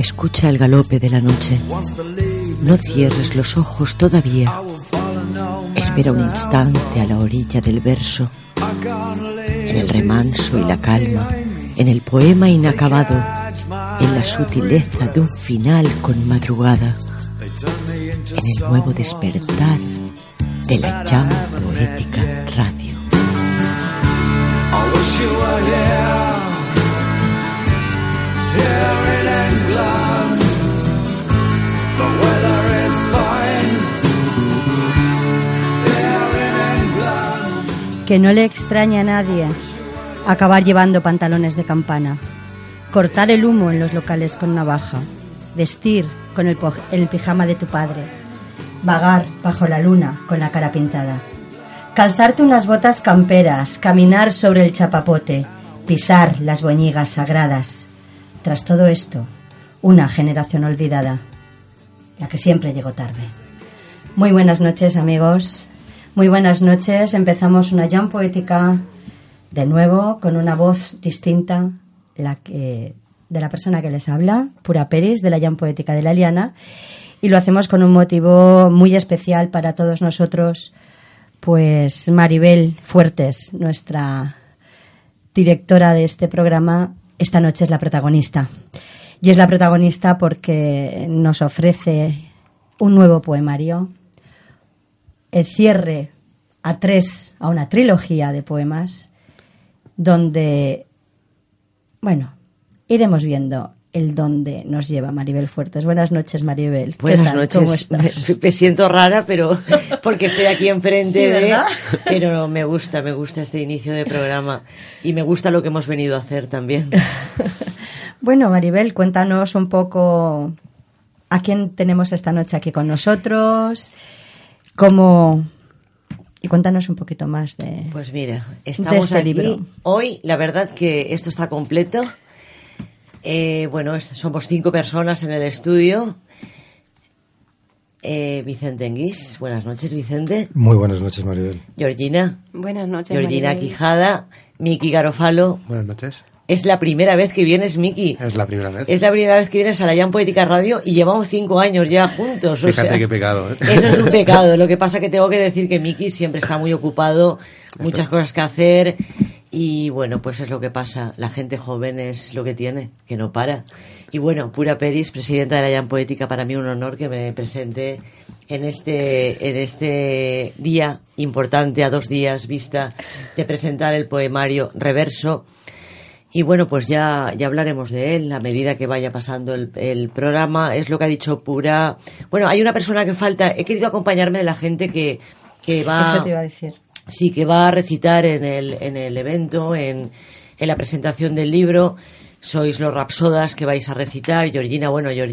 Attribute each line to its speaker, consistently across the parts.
Speaker 1: Escucha el galope de la noche. No cierres los ojos todavía. Espera un instante a la orilla del verso. En el remanso y la calma, en el poema inacabado, en la sutileza de un final con madrugada, en el nuevo despertar de la Jam Poética Radio.
Speaker 2: Que no le extraña a nadie acabar llevando pantalones de campana, cortar el humo en los locales con navaja, vestir con el pijama de tu padre, vagar bajo la luna con la cara pintada, calzarte unas botas camperas, caminar sobre el chapapote, pisar las boñigas sagradas. Tras todo esto, una generación olvidada, la que siempre llegó tarde. Muy buenas noches, amigos. Muy buenas noches. Empezamos una jam poética de nuevo con una voz distinta, de la persona que les habla, Pura Peris, de la jam poética de la Liana, y lo hacemos con un motivo muy especial para todos nosotros, pues Maribel Fuertes, nuestra directora de este programa, esta noche es la protagonista. Y es la protagonista porque nos ofrece un nuevo poemario, el cierre a una trilogía de poemas, donde, bueno, iremos viendo el dónde nos lleva Maribel Fuertes. Buenas noches, Maribel.
Speaker 1: Buenas noches.
Speaker 2: ¿Cómo estás?
Speaker 1: Me siento rara, pero porque estoy aquí enfrente
Speaker 2: sí, ¿verdad?
Speaker 1: Pero me gusta este inicio de programa y me gusta lo que hemos venido a hacer también.
Speaker 2: Bueno, Maribel, cuéntanos un poco a quién tenemos esta noche aquí con nosotros, y cuéntanos un poquito más de.
Speaker 1: Pues mira, estamos
Speaker 2: este
Speaker 1: aquí
Speaker 2: libro.
Speaker 1: Hoy. La verdad que esto está completo. Bueno, somos 5 personas en el estudio. Vicente Enguís, buenas noches, Vicente.
Speaker 3: Muy buenas noches, Maribel.
Speaker 1: Georgina.
Speaker 4: Buenas noches,
Speaker 1: Georgina
Speaker 4: Maribel.
Speaker 1: Quijada. Miki Garofalo.
Speaker 3: Buenas noches.
Speaker 1: Es la primera vez que vienes, Miki.
Speaker 3: Es la primera vez.
Speaker 1: Es la primera vez que vienes a la Jam Poética Radio y llevamos 5 años ya juntos.
Speaker 3: Fíjate qué pecado, ¿eh?
Speaker 1: Eso es un pecado. Lo que pasa que tengo que decir que Miki siempre está muy ocupado, muchas cosas que hacer y bueno, pues es lo que pasa. La gente joven es lo que tiene, que no para. Y bueno, Pura Peris, presidenta de la Jam Poética, para mí un honor que me presente en este día importante, a 2 días vista de presentar el poemario Reverso. Y bueno, pues ya hablaremos de él a medida que vaya pasando el programa. Es lo que ha dicho Pura. Bueno, hay una persona que falta. He querido acompañarme de la gente que va.
Speaker 2: Eso te iba a decir.
Speaker 1: Sí, que va a recitar en el evento, en la presentación del libro. Sois los rapsodas que vais a recitar. Georgina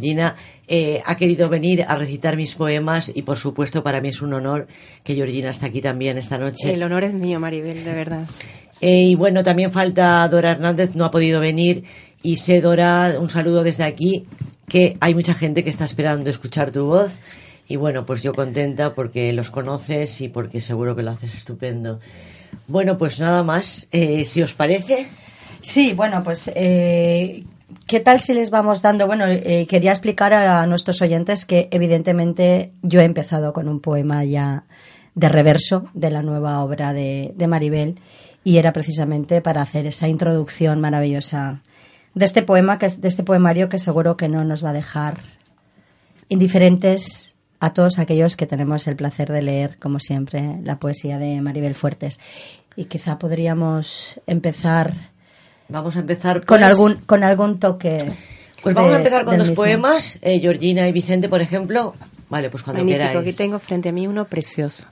Speaker 1: ha querido venir a recitar mis poemas y por supuesto para mí es un honor que Georgina está aquí también esta noche.
Speaker 4: El honor es mío, Maribel, de verdad.
Speaker 1: Y bueno, también falta Dora Hernández, no ha podido venir. Y sé, Dora, un saludo desde aquí, que hay mucha gente que está esperando escuchar tu voz. Y bueno, pues yo contenta porque los conoces y porque seguro que lo haces estupendo. Bueno, pues nada más, si os parece.
Speaker 2: Sí, bueno, pues ¿qué tal si les vamos dando? Bueno, quería explicar a nuestros oyentes que evidentemente yo he empezado con un poema ya de reverso de la nueva obra de Maribel. Y era precisamente para hacer esa introducción maravillosa de este poema, de este poemario que seguro que no nos va a dejar indiferentes a todos aquellos que tenemos el placer de leer, como siempre, la poesía de Maribel Fuertes. Y quizá podríamos empezar.
Speaker 1: Vamos a empezar
Speaker 2: con algún toque.
Speaker 1: Pues vamos a empezar con 2
Speaker 2: mismo.
Speaker 1: poemas, Georgina y Vicente, por ejemplo. Vale, pues cuando
Speaker 4: Magnífico,
Speaker 1: queráis.
Speaker 4: aquí tengo frente a mí uno precioso.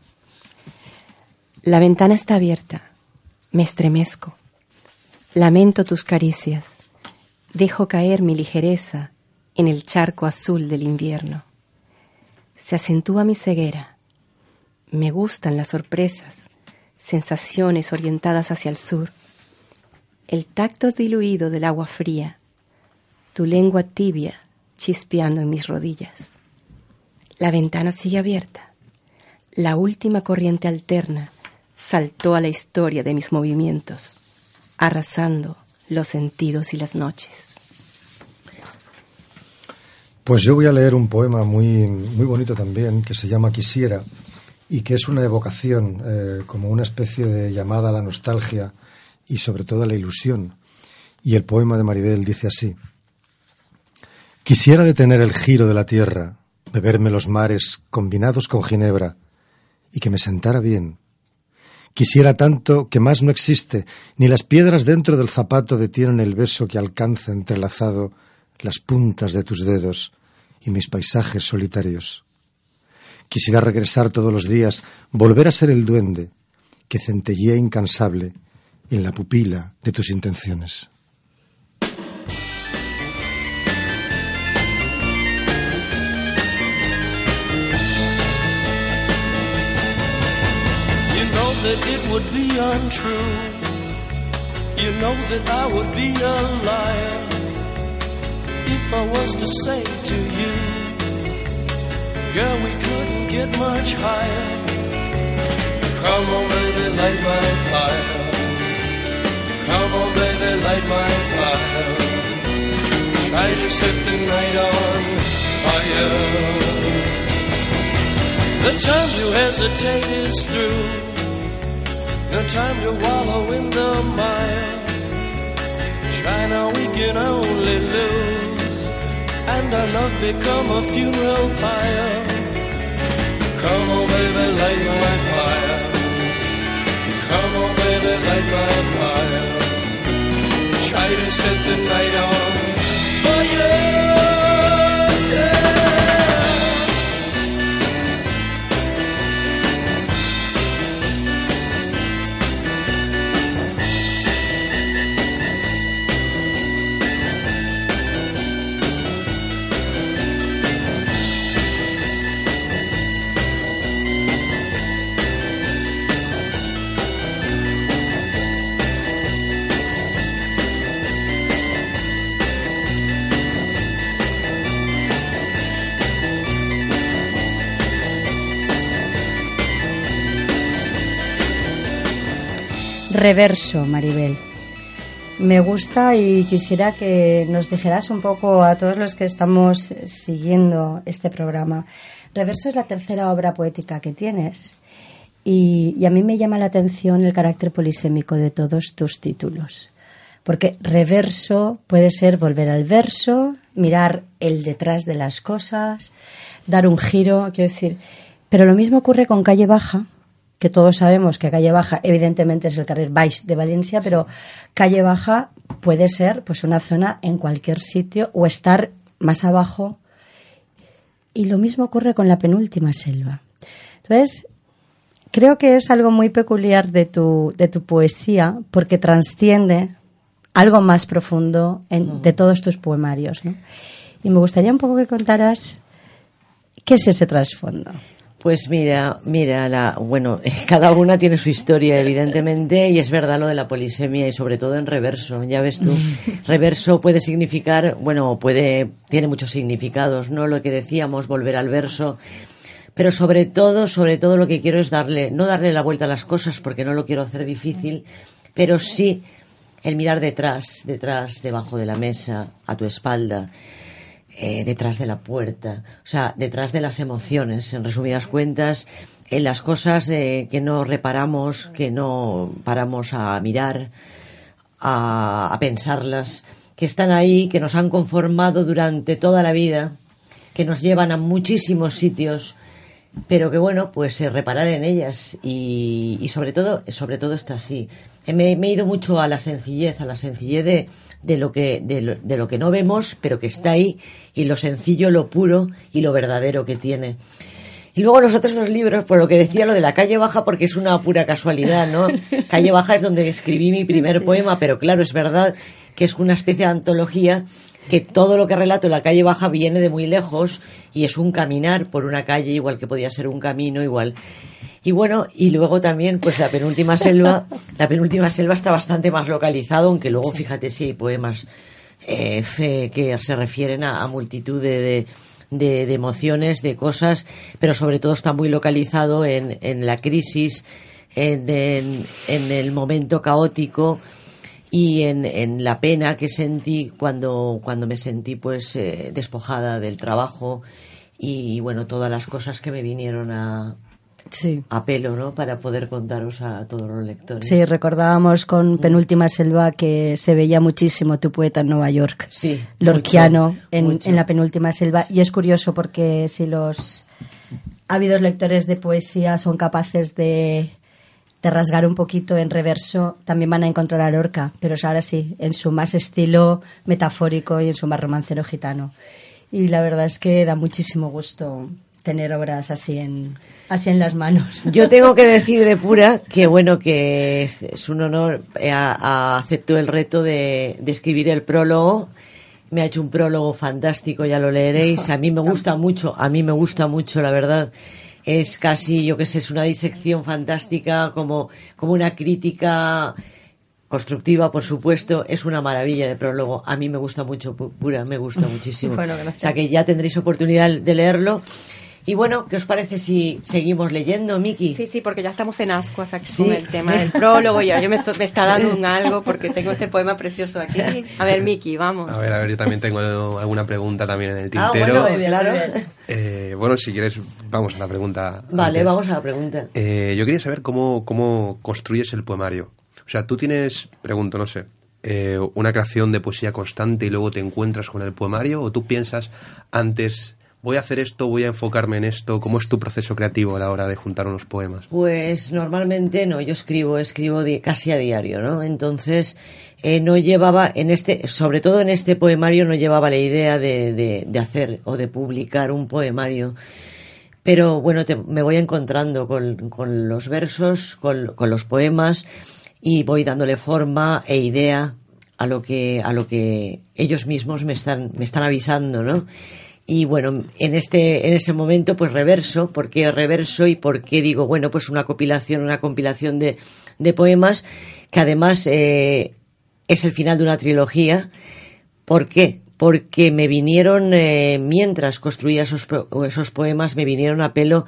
Speaker 4: La ventana está abierta. Me estremezco, lamento tus caricias, dejo caer mi ligereza en el charco azul del invierno. Se acentúa mi ceguera, me gustan las sorpresas, sensaciones orientadas hacia el sur, el tacto diluido del agua fría, tu lengua tibia chispeando en mis rodillas. La ventana sigue abierta, la última corriente alterna saltó a la historia de mis movimientos, arrasando los sentidos y las noches.
Speaker 3: Pues yo voy a leer un poema muy bonito también, que se llama Quisiera, y que es una evocación, como una especie de llamada a la nostalgia y sobre todo a la ilusión. Y el poema de Maribel dice así: Quisiera detener el giro de la tierra, beberme los mares combinados con ginebra, y que me sentara bien. Quisiera tanto que más no existe, ni las piedras dentro del zapato detienen el beso que alcanza entrelazado las puntas de tus dedos y mis paisajes solitarios. Quisiera regresar todos los días, volver a ser el duende que centellea incansable en la pupila de tus intenciones.
Speaker 5: That it would be untrue. You know that I would be a liar if I was to say to you, girl, we couldn't get much higher. Come on, baby, light my fire. Come on, baby, light my fire. Try to set the night on fire. The time to hesitate is through. No time to wallow in the mire. Try now, we can only lose, and our love become a funeral pyre. Come on, baby, light my fire. Come on, baby, light my fire. Try to set the night on fire.
Speaker 2: Reverso, Maribel. Me gusta y quisiera que nos dijeras un poco a todos los que estamos siguiendo este programa. Reverso es la tercera obra poética que tienes y a mí me llama la atención el carácter polisémico de todos tus títulos. Porque reverso puede ser volver al verso, mirar el detrás de las cosas, dar un giro, quiero decir. Pero lo mismo ocurre con Calle Baja, que todos sabemos que Calle Baja evidentemente es el carrer Baix de Valencia, pero Calle Baja puede ser pues una zona en cualquier sitio o estar más abajo. Y lo mismo ocurre con la penúltima selva. Entonces, creo que es algo muy peculiar de tu poesía, porque trasciende algo más profundo de todos tus poemarios, ¿no? Y me gustaría un poco que contaras qué es ese trasfondo.
Speaker 1: Pues mira, bueno, cada una tiene su historia, evidentemente, y es verdad lo de la polisemia y sobre todo en reverso, ya ves tú. Reverso puede significar, bueno, tiene muchos significados, ¿no? Lo que decíamos, volver al verso, pero sobre todo lo que quiero es no darle la vuelta a las cosas porque no lo quiero hacer difícil, pero sí el mirar detrás, debajo de la mesa, a tu espalda, detrás de la puerta, o sea, detrás de las emociones, en resumidas cuentas, en las cosas que no reparamos, que no paramos a mirar, a pensarlas, que están ahí, que nos han conformado durante toda la vida, que nos llevan a muchísimos sitios, pero que bueno, pues reparar en ellas y sobre todo está así. Me he ido mucho a la sencillez de lo que no vemos, pero que está ahí, y lo sencillo, lo puro y lo verdadero que tiene. Y luego los otros dos libros, por lo que decía lo de la Calle Baja, porque es una pura casualidad, ¿no? Calle Baja es donde escribí mi primer poema, pero claro, es verdad que es una especie de antología, que todo lo que relato en la Calle Baja viene de muy lejos y es un caminar por una calle, igual que podía ser un camino, igual. Y bueno, y luego también, pues la penúltima selva está bastante más localizado, aunque luego fíjate si hay poemas que se refieren a multitud de emociones, de cosas, pero sobre todo está muy localizado en la crisis, en el momento caótico y en la pena que sentí cuando me sentí pues despojada del trabajo y bueno, todas las cosas que me vinieron a pelo, ¿no? Para poder contaros a todos los lectores.
Speaker 2: Sí, recordábamos con Penúltima Selva que se veía muchísimo Tu poeta en Nueva York.
Speaker 1: Sí.
Speaker 2: Lorquiano
Speaker 1: mucho.
Speaker 2: En La Penúltima Selva. Y es curioso porque si los ávidos lectores de poesía son capaces de rasgar un poquito en reverso, también van a encontrar a Lorca, pero ahora sí, en su más estilo metafórico y en su más romancero gitano. Y la verdad es que da muchísimo gusto tener obras así en las manos.
Speaker 1: Yo tengo que decir de Pura que bueno, que es un honor, aceptó el reto de escribir el prólogo. Me ha hecho un prólogo fantástico, ya lo leeréis. A mí me gusta mucho, la verdad. Es casi, yo qué sé, es una disección fantástica, como una crítica constructiva, por supuesto. Es una maravilla de prólogo. A mí me gusta mucho, Pura, me gusta muchísimo.
Speaker 2: Bueno, gracias.
Speaker 1: O sea que ya tendréis oportunidad de leerlo. Y bueno, ¿qué os parece si seguimos leyendo, Miki?
Speaker 4: Sí, porque ya estamos en ascuas aquí con el tema del prólogo. Yo me está dando un algo porque tengo este poema precioso aquí. A ver, Miki, vamos.
Speaker 6: A ver, yo también tengo alguna pregunta también en el tintero.
Speaker 1: Bueno, claro.
Speaker 6: Bueno, si quieres, vamos a la pregunta.
Speaker 1: Vale,
Speaker 6: antes.
Speaker 1: vamos a la pregunta.
Speaker 6: Yo quería saber cómo construyes el poemario. O sea, tú tienes, pregunto, no sé, una creación de poesía constante y luego te encuentras con el poemario, o tú piensas antes, voy a hacer esto, voy a enfocarme en esto. ¿Cómo es tu proceso creativo a la hora de juntar unos poemas?
Speaker 1: Pues normalmente no, yo escribo casi a diario, ¿no? Entonces no llevaba sobre todo en este poemario no llevaba la idea de hacer o de publicar un poemario. Pero bueno, me voy encontrando con los versos, con los poemas, y voy dándole forma e idea a lo que ellos mismos me están avisando, ¿no? Y bueno, en ese momento pues reverso. ¿Por qué reverso y por qué digo, bueno, pues una compilación de poemas que además es el final de una trilogía? ¿Por qué? Porque me vinieron, mientras construía esos poemas, me vinieron a pelo,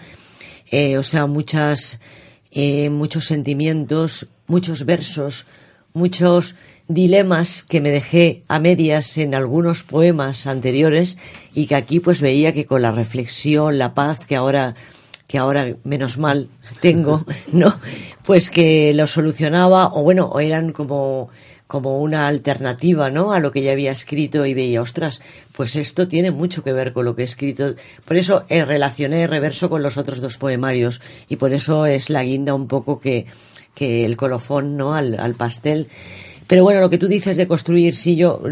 Speaker 1: muchos sentimientos, muchos versos, muchos dilemas que me dejé a medias en algunos poemas anteriores y que aquí pues veía que con la reflexión, la paz que ahora menos mal tengo, ¿no? Pues que lo solucionaba, o eran como una alternativa, ¿no? A lo que ya había escrito, y veía, ostras, pues esto tiene mucho que ver con lo que he escrito. Por eso relacioné reverso con los otros dos poemarios, y por eso es la guinda un poco que el colofón, ¿no? al pastel. Pero bueno, lo que tú dices de construir, sí, yo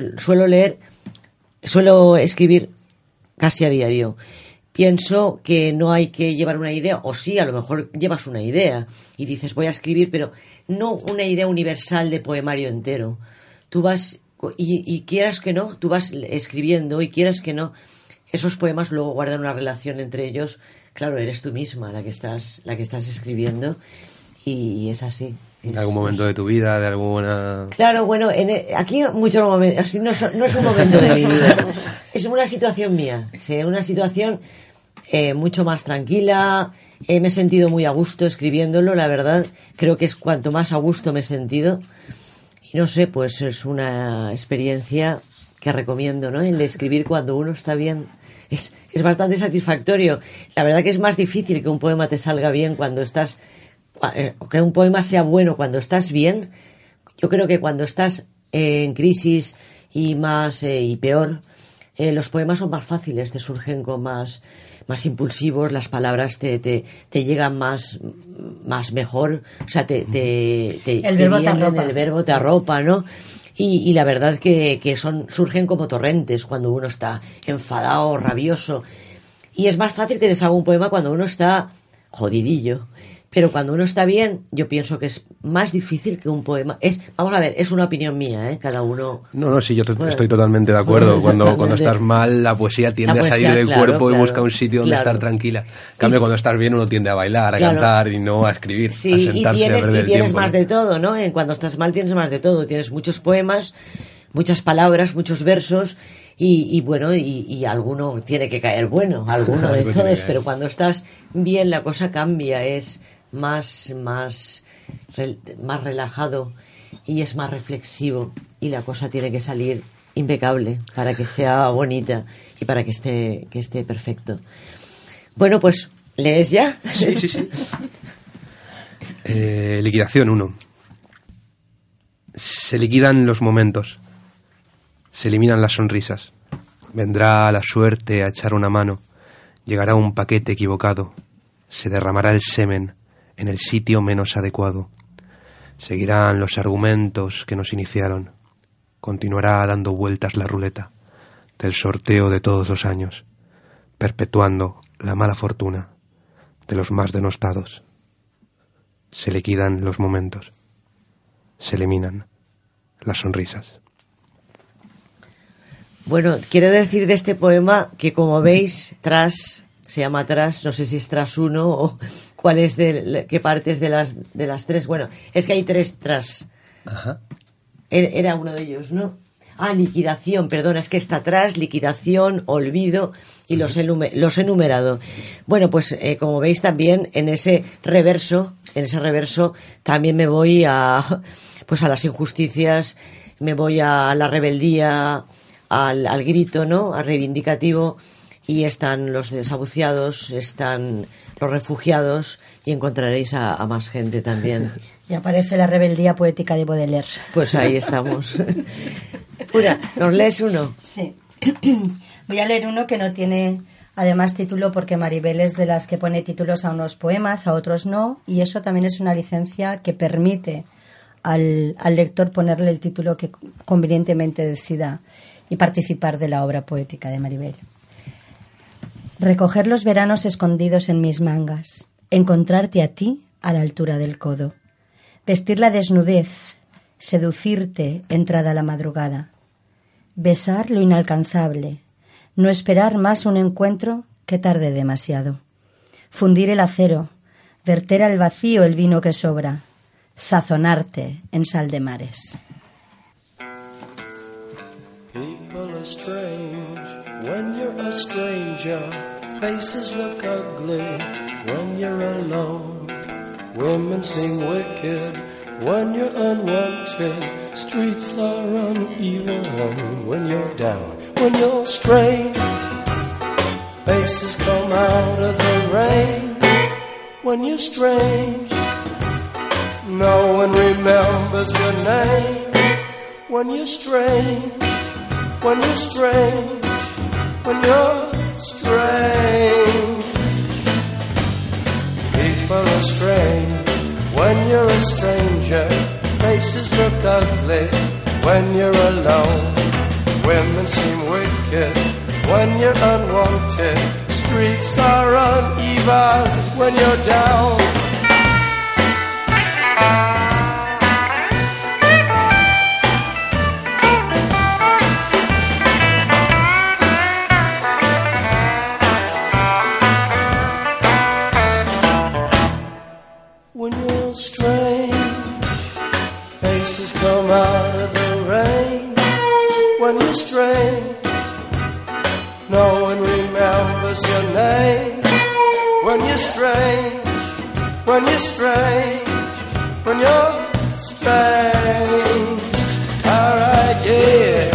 Speaker 1: suelo escribir casi a diario. Pienso que no hay que llevar una idea, o sí, a lo mejor llevas una idea y dices voy a escribir, pero no una idea universal de poemario entero. Tú vas, y quieras que no, tú vas escribiendo, y quieras que no, esos poemas luego guardan una relación entre ellos. Claro, eres tú misma la que estás escribiendo, y es así.
Speaker 6: ¿En algún momento de tu vida, de alguna...?
Speaker 1: Claro, bueno, aquí muchos momentos, así no es un momento de mi vida, es una situación mía, ¿sí? Una situación mucho más tranquila. Me he sentido muy a gusto escribiéndolo, la verdad, creo que es cuanto más a gusto me he sentido, y no sé, pues es una experiencia que recomiendo, ¿no? El de escribir cuando uno está bien. Es bastante satisfactorio. La verdad que es más difícil que un poema te salga bien cuando estás... que un poema sea bueno cuando estás bien. Yo creo que cuando estás en crisis y peor, los poemas son más fáciles, te surgen con más impulsivos, las palabras te llegan más mejor, o sea, el verbo te arropa, ¿no? Y la verdad que surgen como torrentes cuando uno está enfadado, rabioso, y es más fácil que te salga un poema cuando uno está jodidillo. Pero cuando uno está bien, yo pienso que es más difícil que un poema. Vamos a ver, es una opinión mía, ¿eh? Cada uno...
Speaker 6: No, sí, yo estoy totalmente de acuerdo. Cuando estás mal, la poesía tiende a salir del cuerpo y busca un sitio donde estar tranquila. En cambio, cuando estás bien, uno tiende a bailar, a cantar y no a escribir,
Speaker 1: sí,
Speaker 6: a sentarse, a perder el tiempo.
Speaker 1: Y tienes más de todo, ¿no? Cuando estás mal tienes más de todo. Tienes muchos poemas, muchas palabras, muchos versos, y bueno, y alguno tiene que caer bueno, alguno de todos, pero cuando estás bien la cosa cambia, es más relajado, y es más reflexivo y la cosa tiene que salir impecable para que sea bonita y para que esté perfecto. Bueno, pues, ¿lees ya?
Speaker 6: Sí. Liquidación 1. Se liquidan los momentos, se eliminan las sonrisas. Vendrá la suerte a echar una mano, llegará un paquete equivocado, se derramará el semen en el sitio menos adecuado. Seguirán los argumentos que nos iniciaron. Continuará dando vueltas la ruleta del sorteo de todos los años, perpetuando la mala fortuna de los más denostados. Se liquidan los momentos, se eliminan las sonrisas.
Speaker 1: Bueno, quiero decir de este poema que, como veis, se llama Tras, no sé si es Tras 1 o cuál es qué partes de las tres. Bueno, es que hay 3 Tras.
Speaker 6: Ajá.
Speaker 1: Era uno de ellos, ¿no? Liquidación, perdona, es que está Tras, liquidación, olvido y los he numerado. Bueno, pues como veis también en ese reverso también me voy a las injusticias, me voy a la rebeldía, al grito, ¿no? Al reivindicativo, y están los desahuciados, están los refugiados, y encontraréis a más gente también.
Speaker 2: Y aparece la rebeldía poética de Baudelaire.
Speaker 1: Pues ahí estamos. Pura, ¿nos lees uno?
Speaker 2: Sí. Voy a leer uno que no tiene además título, porque Maribel es de las que pone títulos a unos poemas, a otros no, y eso también es una licencia que permite al lector ponerle el título que convenientemente decida y participar de la obra poética de Maribel. Recoger los veranos escondidos en mis mangas, encontrarte a ti a la altura del codo, vestir la desnudez, seducirte entrada la madrugada, besar lo inalcanzable, no esperar más un encuentro que tarde demasiado, fundir el acero, verter al vacío el vino que sobra, sazonarte en sal de mares.
Speaker 5: People are strange when you're a stranger. Faces look ugly when you're alone. Women seem wicked when you're unwanted. Streets are uneven when you're down. When you're strange, faces come out of the rain. When you're strange, no one remembers your name. When you're strange, when you're strange, when you're strange. People are strange when you're a stranger. Faces look ugly when you're alone. Women seem wicked when you're unwanted. Streets are uneven when you're down. When you're strange, faces come out of the rain. When you're strange, no one remembers your name. When you're strange, when you're strange, when you're strange. Alright, yeah.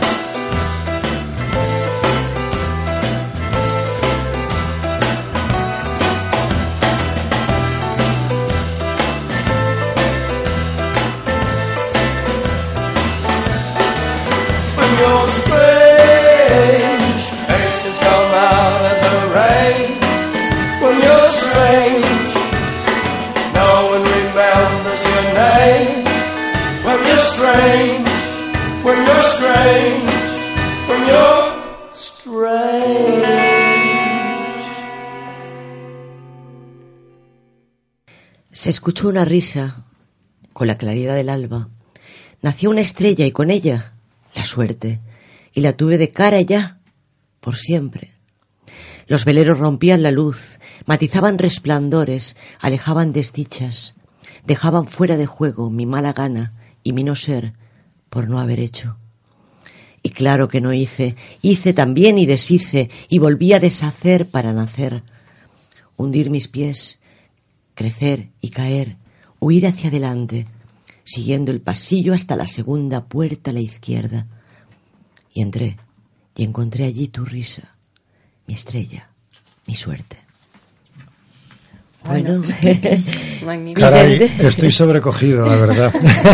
Speaker 5: You're strange, faces come out of the rain. When you're strange, no one remembers your name. When you're strange, when you're strange, when you're strange.
Speaker 1: Se escuchó una risa con la claridad del alba. Nació una estrella y con ella la suerte, y la tuve de cara ya, por siempre. Los veleros rompían la luz, matizaban resplandores, alejaban desdichas, dejaban fuera de juego mi mala gana y mi no ser por no haber hecho. Y claro que no hice también y deshice, y volví a deshacer para nacer, hundir mis pies, crecer y caer, huir hacia adelante, siguiendo el pasillo hasta la segunda puerta a la izquierda. Y entré, y encontré allí tu risa, mi estrella, mi suerte. Bueno,
Speaker 4: Magnífico.
Speaker 3: Caray, estoy sobrecogido, la verdad.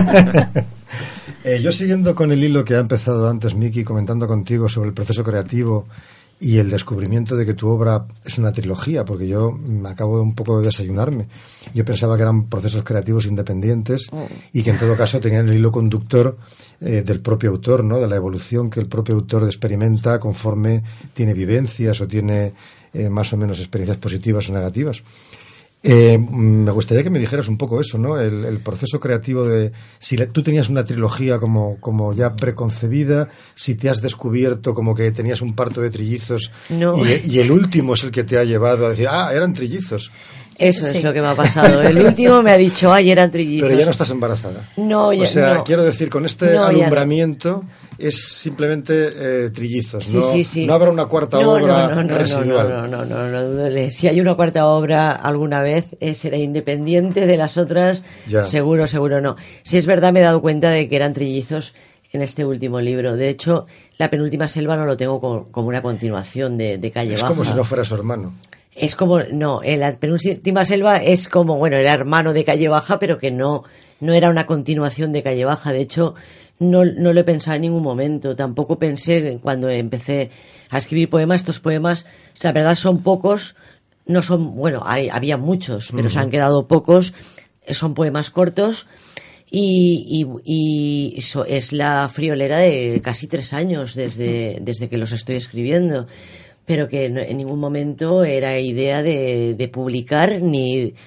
Speaker 3: Yo siguiendo con el hilo que ha empezado antes Miki, comentando contigo sobre el proceso creativo y el descubrimiento de que tu obra es una trilogía, porque yo me acabo un poco de desayunarme. Yo pensaba que eran procesos creativos independientes y que en todo caso tenían el hilo conductor del propio autor, ¿no? De la evolución que el propio autor experimenta conforme tiene vivencias o tiene más o menos experiencias positivas o negativas. Me gustaría que me dijeras un poco eso, ¿no? El proceso creativo de si tú tenías una trilogía como ya preconcebida, si te has descubierto como que tenías un parto de trillizos
Speaker 1: No.
Speaker 3: y el último es el que te ha llevado a decir, eran trillizos.
Speaker 1: eso
Speaker 2: Sí.
Speaker 1: es lo que me ha pasado. El último me ha dicho, ay, eran trillizos.
Speaker 3: Pero ya no estás embarazada.
Speaker 1: No, ya
Speaker 3: O sea,
Speaker 1: no.
Speaker 3: quiero decir, con este
Speaker 1: No, ya no.
Speaker 3: alumbramiento es simplemente trillizos,
Speaker 1: Sí,
Speaker 3: ¿no?
Speaker 1: sí, sí.
Speaker 3: No habrá una cuarta obra residual.
Speaker 1: No, duele. Si hay una cuarta obra alguna vez, será independiente de las otras.
Speaker 3: Ya.
Speaker 1: Seguro no. Si es verdad, me he dado cuenta de que eran trillizos en este último libro. De hecho, la penúltima selva no lo tengo como una continuación de Calle
Speaker 3: Es
Speaker 1: Baja.
Speaker 3: como si no fuera su hermano.
Speaker 1: Es como, no, en la penúltima selva es como, bueno, era hermano de Calle Baja, pero que no era una continuación de Calle Baja. De hecho, no lo he pensado en ningún momento. Tampoco pensé cuando empecé a escribir poemas, estos poemas, la verdad son pocos, no son, bueno, había muchos, pero se han quedado pocos, son poemas cortos. Y eso es la friolera de casi 3 años desde que los estoy escribiendo, pero que en ningún momento era idea de publicar ni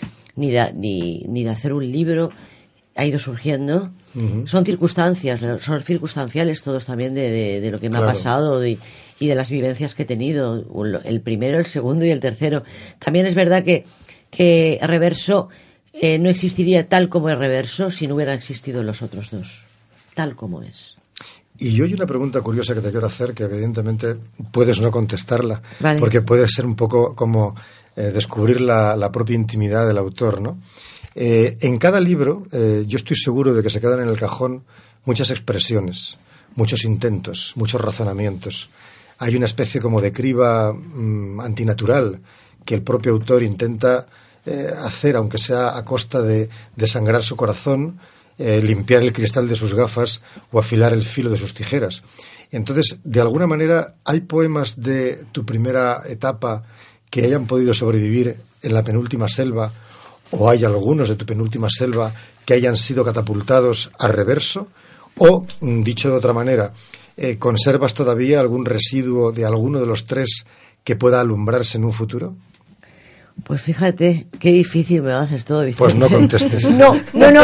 Speaker 1: de hacer un libro. Ha ido surgiendo. Son circunstanciales todos también de lo que me
Speaker 3: Claro.
Speaker 1: ha pasado y de las vivencias que he tenido, el primero, el segundo y el tercero. También es verdad que Reverso no existiría tal como es Reverso si no hubieran existido los otros dos, tal como es.
Speaker 3: Y yo hay una pregunta curiosa que te quiero hacer, que evidentemente puedes no contestarla,
Speaker 1: Vale.
Speaker 3: porque puede ser un poco como descubrir la propia intimidad del autor, ¿no? En cada libro, yo estoy seguro de que se quedan en el cajón muchas expresiones, muchos intentos, muchos razonamientos. Hay una especie como de criba antinatural que el propio autor intenta hacer, aunque sea a costa de desangrar su corazón, limpiar el cristal de sus gafas o afilar el filo de sus tijeras. Entonces, de alguna manera, ¿hay poemas de tu primera etapa que hayan podido sobrevivir en la penúltima selva, o hay algunos de tu penúltima selva que hayan sido catapultados a Reverso? O, dicho de otra manera, ¿conservas todavía algún residuo de alguno de los 3 que pueda alumbrarse en un futuro?
Speaker 1: Pues fíjate, qué difícil me lo haces todo, Vicente.
Speaker 3: Pues no contestes.
Speaker 1: No,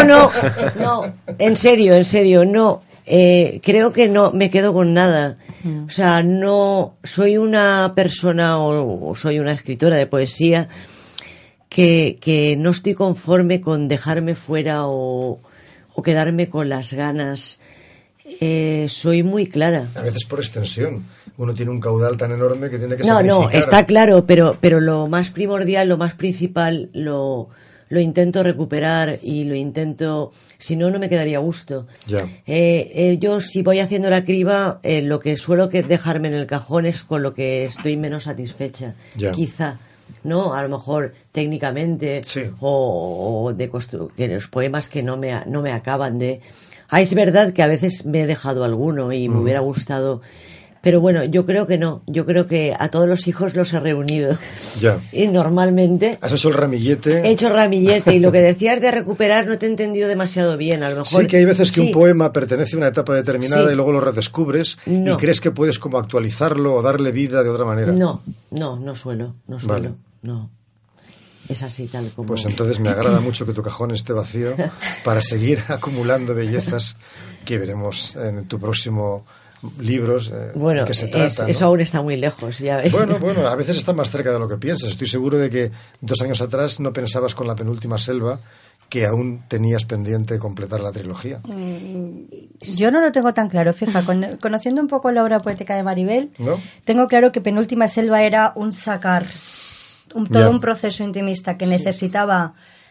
Speaker 1: en serio, no. Creo que no me quedo con nada. O sea, no soy una persona o soy una escritora de poesía que no estoy conforme con dejarme fuera o quedarme con las ganas. Soy muy clara.
Speaker 3: A veces por extensión. Uno tiene un caudal tan enorme que tiene que
Speaker 1: No,
Speaker 3: sacrificar.
Speaker 1: está claro, pero lo más primordial, lo más principal, lo intento recuperar y lo intento, si no me quedaría a gusto.
Speaker 3: Ya.
Speaker 1: Yo si voy haciendo la criba, lo que suelo dejarme en el cajón es con lo que estoy menos satisfecha,
Speaker 3: Ya.
Speaker 1: quizá, ¿no? A lo mejor técnicamente
Speaker 3: Sí.
Speaker 1: o que los poemas que no me acaban de... Es verdad que a veces me he dejado alguno y me hubiera gustado... Pero bueno, yo creo que no. Yo creo que a todos los hijos los he reunido.
Speaker 3: Ya.
Speaker 1: Y normalmente
Speaker 3: Has hecho el ramillete.
Speaker 1: he hecho ramillete. Y lo que decías de recuperar no te he entendido demasiado bien. A lo mejor...
Speaker 3: Sí, que hay veces que
Speaker 1: Sí.
Speaker 3: un poema pertenece a una etapa determinada
Speaker 1: Sí.
Speaker 3: y luego lo redescubres
Speaker 1: No.
Speaker 3: y crees que puedes como actualizarlo o darle vida de otra manera.
Speaker 1: No suelo.
Speaker 3: Vale.
Speaker 1: No. Es así tal como...
Speaker 3: Pues entonces me agrada mucho que tu cajón esté vacío para seguir acumulando bellezas que veremos en tu próximo libros.
Speaker 1: Bueno,
Speaker 3: de qué se trata,
Speaker 1: eso
Speaker 3: ¿no?
Speaker 1: aún está muy lejos, ya ves.
Speaker 3: Bueno, a veces está más cerca de lo que piensas. Estoy seguro de que 2 años atrás no pensabas con la penúltima selva que aún tenías pendiente completar la trilogía.
Speaker 2: Yo no lo tengo tan claro, fija, conociendo un poco la obra poética de Maribel,
Speaker 3: ¿No?
Speaker 2: tengo claro que Penúltima Selva era un sacar, todo
Speaker 3: Ya.
Speaker 2: un proceso intimista que necesitaba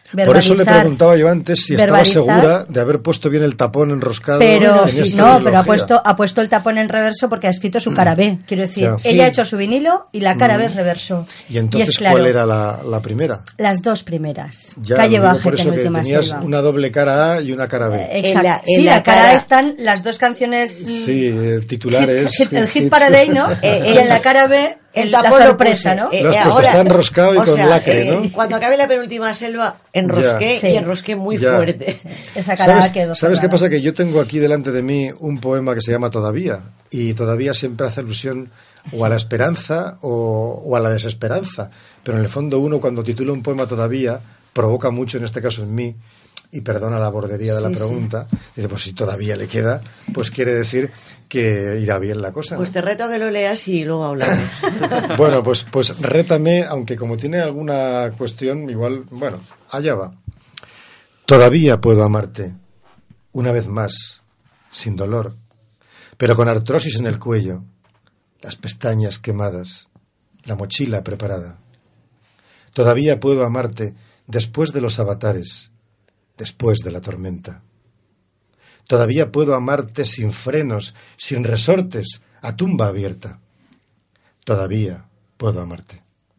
Speaker 3: Por eso le preguntaba yo antes si estaba
Speaker 2: verbalizar,
Speaker 3: segura de haber puesto bien el tapón enroscado.
Speaker 2: pero
Speaker 3: en esta
Speaker 2: no, pero
Speaker 3: trilogía.
Speaker 2: ha puesto el tapón en reverso porque ha escrito su cara B. Quiero decir,
Speaker 3: Ya.
Speaker 2: ella ha hecho su vinilo y la cara B es reverso.
Speaker 3: Y entonces,
Speaker 2: es claro,
Speaker 3: ¿cuál era la primera?
Speaker 2: Las dos primeras.
Speaker 3: Ya,
Speaker 2: Calle
Speaker 3: lo digo
Speaker 2: Baja,
Speaker 3: por eso que
Speaker 2: Penúltima
Speaker 3: tenías
Speaker 2: Selva.
Speaker 3: una doble cara A y una cara B.
Speaker 2: Exacto.
Speaker 1: En
Speaker 2: Sí,
Speaker 1: la
Speaker 2: la cara
Speaker 1: cara-
Speaker 2: están las dos canciones
Speaker 3: Sí, titulares.
Speaker 2: el hit
Speaker 3: hits.
Speaker 2: Paraday, ¿no? Y en la cara B la
Speaker 1: tapón lo
Speaker 2: sorpresa,
Speaker 1: puse.
Speaker 2: ¿no?
Speaker 3: Lo has puesto, está enroscado y
Speaker 1: o
Speaker 3: con
Speaker 1: sea,
Speaker 3: lacre, ¿no?
Speaker 1: Cuando acabe la penúltima selva, enrosqué
Speaker 3: Ya.
Speaker 2: Sí.
Speaker 1: y enrosqué muy
Speaker 3: Ya.
Speaker 1: fuerte.
Speaker 2: Esa cara quedó
Speaker 3: ¿Sabes qué
Speaker 2: cerrada.
Speaker 3: pasa? Que yo tengo aquí delante de mí un poema que se llama Todavía, y todavía siempre hace alusión o a la esperanza o a la desesperanza, pero en el fondo uno cuando titula un poema Todavía provoca mucho, en este caso en mí, y perdona la bordería de la pregunta, dice, pues si todavía le queda, pues quiere decir que irá bien la cosa, ¿no?
Speaker 1: Pues te reto a que lo leas y luego hablamos.
Speaker 3: Bueno, pues rétame, aunque como tiene alguna cuestión, igual, bueno, allá va. Todavía puedo amarte, una vez más, sin dolor, pero con artrosis en el cuello, las pestañas quemadas, la mochila preparada. Todavía puedo amarte después de los avatares, después de la tormenta. Todavía puedo amarte sin frenos, sin resortes, a tumba abierta. Todavía puedo amarte.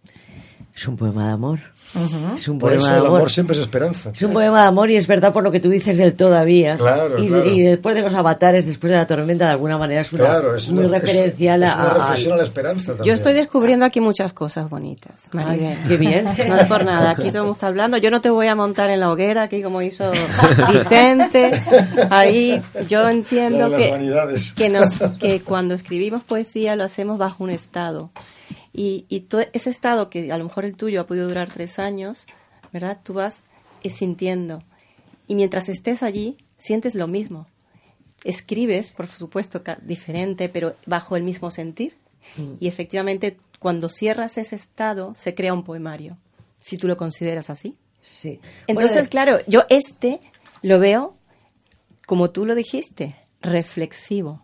Speaker 1: Es un poema de amor. Es un
Speaker 3: Por
Speaker 1: poema
Speaker 3: eso
Speaker 1: de
Speaker 3: el
Speaker 1: amor.
Speaker 3: amor siempre es esperanza.
Speaker 1: Es un poema de amor y es verdad por lo que tú dices del todavía.
Speaker 3: Claro,
Speaker 1: y,
Speaker 3: claro.
Speaker 1: y después de los avatares, después de la tormenta, de alguna manera es una
Speaker 3: Claro, es
Speaker 1: muy
Speaker 3: una,
Speaker 1: referencial
Speaker 3: es una
Speaker 1: a...
Speaker 3: reflexión a la esperanza también.
Speaker 4: Yo estoy descubriendo aquí muchas cosas bonitas, Maribel.
Speaker 1: Ay, qué bien.
Speaker 4: No es por nada, aquí todo el mundo está hablando. Yo no te voy a montar en la hoguera, aquí como hizo Vicente. Ahí yo entiendo
Speaker 3: La de las vanidades.
Speaker 4: que cuando escribimos poesía lo hacemos bajo un estado. Y todo ese estado, que a lo mejor el tuyo ha podido durar 3 años, ¿verdad? Tú vas sintiendo. Y mientras estés allí, sientes lo mismo. Escribes, por supuesto, diferente, pero bajo el mismo sentir. Y efectivamente, cuando cierras ese estado, se crea un poemario, si tú lo consideras así.
Speaker 1: Sí.
Speaker 4: Entonces,
Speaker 1: Bueno,
Speaker 4: claro, yo lo veo, como tú lo dijiste, reflexivo.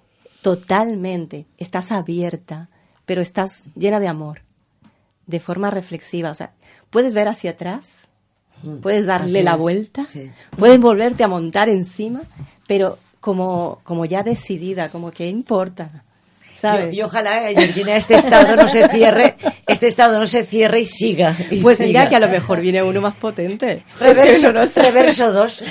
Speaker 4: Totalmente. Estás abierta, pero estás llena de amor, de forma reflexiva. O sea, puedes ver hacia atrás, puedes darle
Speaker 1: así
Speaker 4: la
Speaker 1: es,
Speaker 4: vuelta,
Speaker 1: sí.
Speaker 4: puedes volverte a montar encima, pero como ya decidida, como que importa, ¿sabes?
Speaker 1: Y ojalá, Georgina, este estado no se cierre y siga. Y
Speaker 4: Pues
Speaker 1: siga.
Speaker 4: mira que a lo mejor viene uno más potente.
Speaker 1: Reverso 2.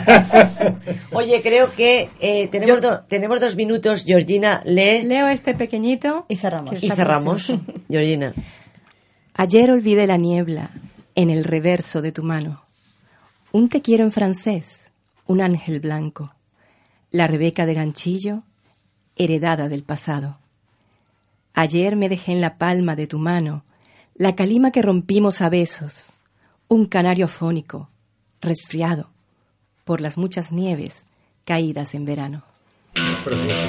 Speaker 1: Oye, creo que tenemos 2 minutos. Georgina, lee
Speaker 7: Leo este pequeñito
Speaker 2: Y cerramos.
Speaker 7: que
Speaker 1: y
Speaker 7: está
Speaker 1: cerramos.
Speaker 7: precioso.
Speaker 1: Georgina.
Speaker 4: Ayer olvidé la niebla en el reverso de tu mano. Un te quiero en francés, un ángel blanco. La Rebeca de ganchillo, heredada del pasado. Ayer me dejé en la palma de tu mano la calima que rompimos a besos. Un canario fónico, resfriado, por las muchas nieves caídas en verano.
Speaker 3: Precioso.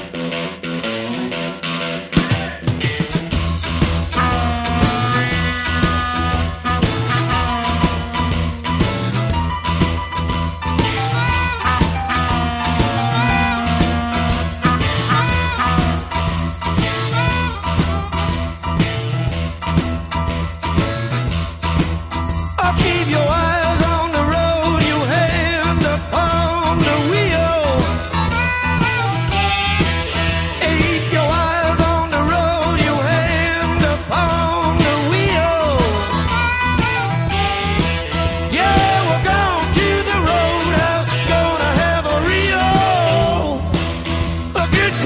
Speaker 5: I'll keep your eyes on the road, your hand upon the wheel. Keep your eyes on the road, your hand upon the wheel. Yeah, we're going to the roadhouse, gonna have a good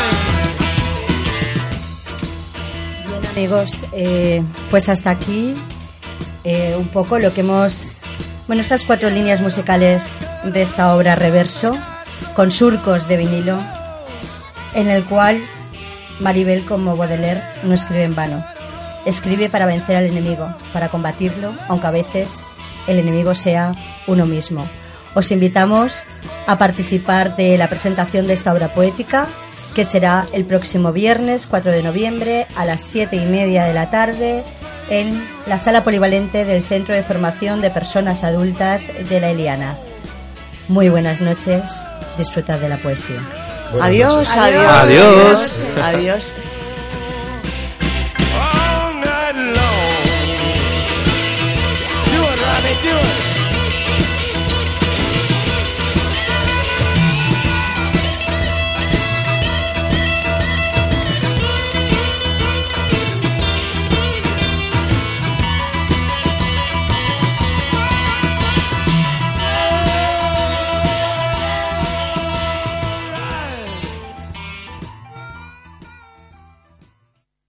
Speaker 5: time.
Speaker 2: Bien, amigos, pues hasta aquí un poco lo que hemos... Bueno, esas 4 líneas musicales de esta obra Reverso, con surcos de vinilo, en el cual Maribel, como Baudelaire, no escribe en vano. Escribe para vencer al enemigo, para combatirlo, aunque a veces el enemigo sea uno mismo. Os invitamos a participar de la presentación de esta obra poética, que será el próximo viernes 4 de noviembre a las 7:30 de la tarde en la sala polivalente del Centro de Formación de Personas Adultas de La Eliana. Muy buenas noches, disfrutad de la poesía.
Speaker 3: Buenas
Speaker 1: Adiós,
Speaker 3: noches.
Speaker 1: adiós.
Speaker 6: Adiós.
Speaker 1: Adiós.